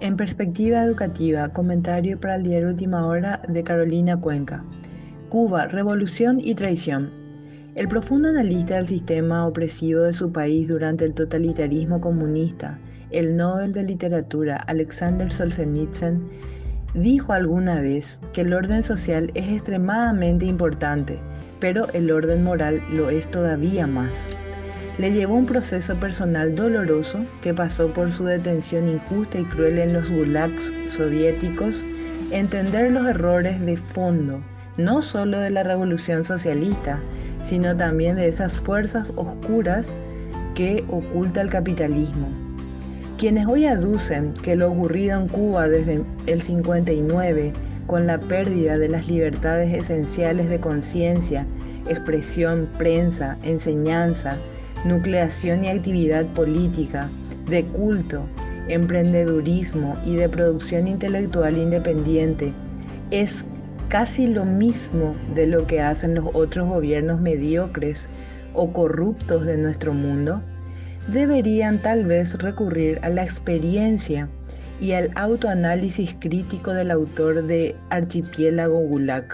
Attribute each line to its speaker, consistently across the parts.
Speaker 1: En perspectiva educativa, comentario para el diario Última Hora de Carolina Cuenca. Cuba, revolución y traición. El profundo analista del sistema opresivo de su país durante el totalitarismo comunista, el Nobel de Literatura Alexander Solzhenitsyn, dijo alguna vez que el orden social es extremadamente importante, pero el orden moral lo es todavía más. Le llevó un proceso personal doloroso que pasó por su detención injusta y cruel en los gulags soviéticos, entender los errores de fondo, no solo de la revolución socialista, sino también de esas fuerzas oscuras que oculta el capitalismo. Quienes hoy aducen que lo ocurrido en Cuba desde el 59, con la pérdida de las libertades esenciales de conciencia, expresión, prensa, enseñanza, nucleación y actividad política, de culto, emprendedurismo y de producción intelectual independiente, es casi lo mismo de lo que hacen los otros gobiernos mediocres o corruptos de nuestro mundo, deberían tal vez recurrir a la experiencia y al autoanálisis crítico del autor de Archipiélago Gulag.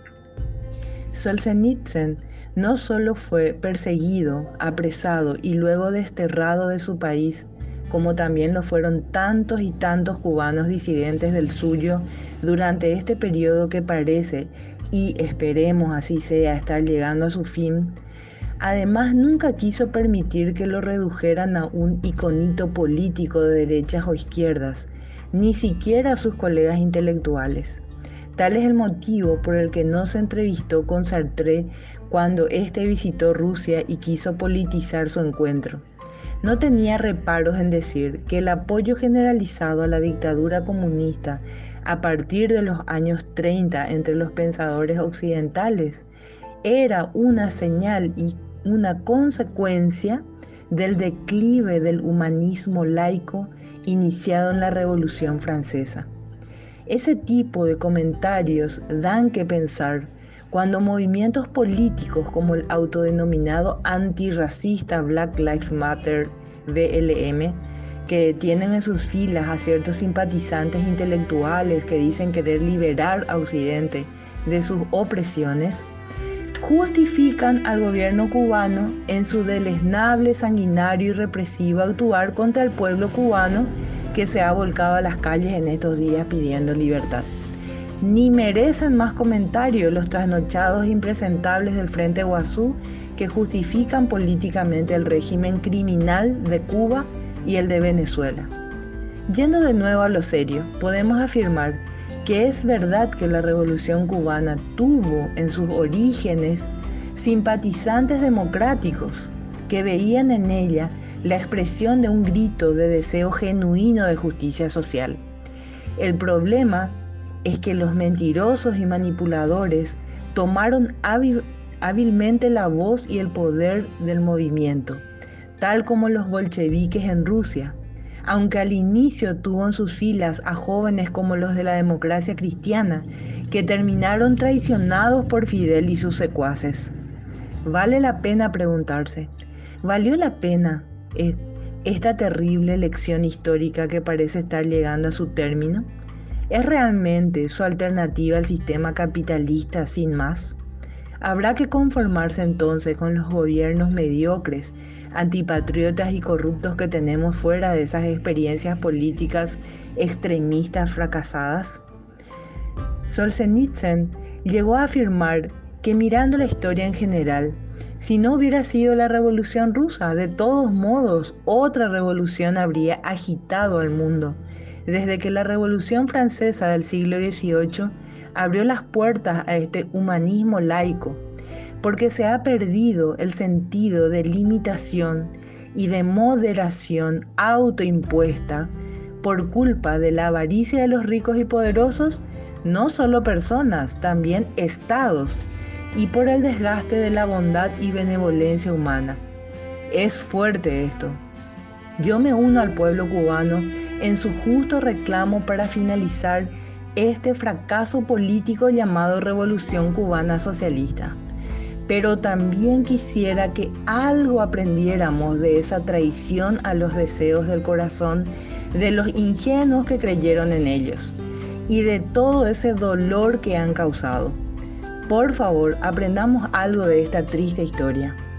Speaker 1: Solzhenitsyn no solo fue perseguido, apresado y luego desterrado de su país, como también lo fueron tantos y tantos cubanos disidentes del suyo durante este periodo que parece, y esperemos así sea, estar llegando a su fin. Además, nunca quiso permitir que lo redujeran a un iconito político de derechas o izquierdas, ni siquiera a sus colegas intelectuales. Tal es el motivo por el que no se entrevistó con Sartre cuando éste visitó Rusia y quiso politizar su encuentro. No tenía reparos en decir que el apoyo generalizado a la dictadura comunista a partir de los años 30 entre los pensadores occidentales era una señal y una consecuencia del declive del humanismo laico iniciado en la Revolución Francesa. Ese tipo de comentarios dan que pensar cuando movimientos políticos como el autodenominado antirracista Black Lives Matter, BLM, que tienen en sus filas a ciertos simpatizantes intelectuales que dicen querer liberar a Occidente de sus opresiones, justifican al gobierno cubano en su deleznable, sanguinario y represivo actuar contra el pueblo cubano que se ha volcado a las calles en estos días pidiendo libertad. Ni merecen más comentarios los trasnochados impresentables del Frente Guazú que justifican políticamente el régimen criminal de Cuba y el de Venezuela. Yendo de nuevo a lo serio, podemos afirmar que es verdad que la Revolución cubana tuvo en sus orígenes simpatizantes democráticos que veían en ella la expresión de un grito de deseo genuino de justicia social. El problema es que los mentirosos y manipuladores tomaron hábilmente la voz y el poder del movimiento, tal como los bolcheviques en Rusia, aunque al inicio tuvo en sus filas a jóvenes como los de la democracia cristiana, que terminaron traicionados por Fidel y sus secuaces. Vale la pena preguntarse, ¿valió la pena esta terrible lección histórica que parece estar llegando a su término? ¿Es realmente su alternativa al sistema capitalista sin más? Habrá que conformarse entonces con los gobiernos mediocres, antipatriotas y corruptos que tenemos fuera de esas experiencias políticas extremistas fracasadas. Solzhenitsyn llegó a afirmar que mirando la historia en general, si no hubiera sido la Revolución Rusa, de todos modos, otra revolución habría agitado al mundo, desde que la Revolución Francesa del siglo XVIII abrió las puertas a este humanismo laico, porque se ha perdido el sentido de limitación y de moderación autoimpuesta por culpa de la avaricia de los ricos y poderosos, no solo personas, también estados, y por el desgaste de la bondad y benevolencia humana. Es fuerte esto. Yo me uno al pueblo cubano en su justo reclamo para finalizar este fracaso político llamado Revolución Cubana Socialista. pero también quisiera que algo aprendiéramos de esa traición a los deseos del corazón de los ingenuos que creyeron en ellos y de todo ese dolor que han causado. Por favor, aprendamos algo de esta triste historia.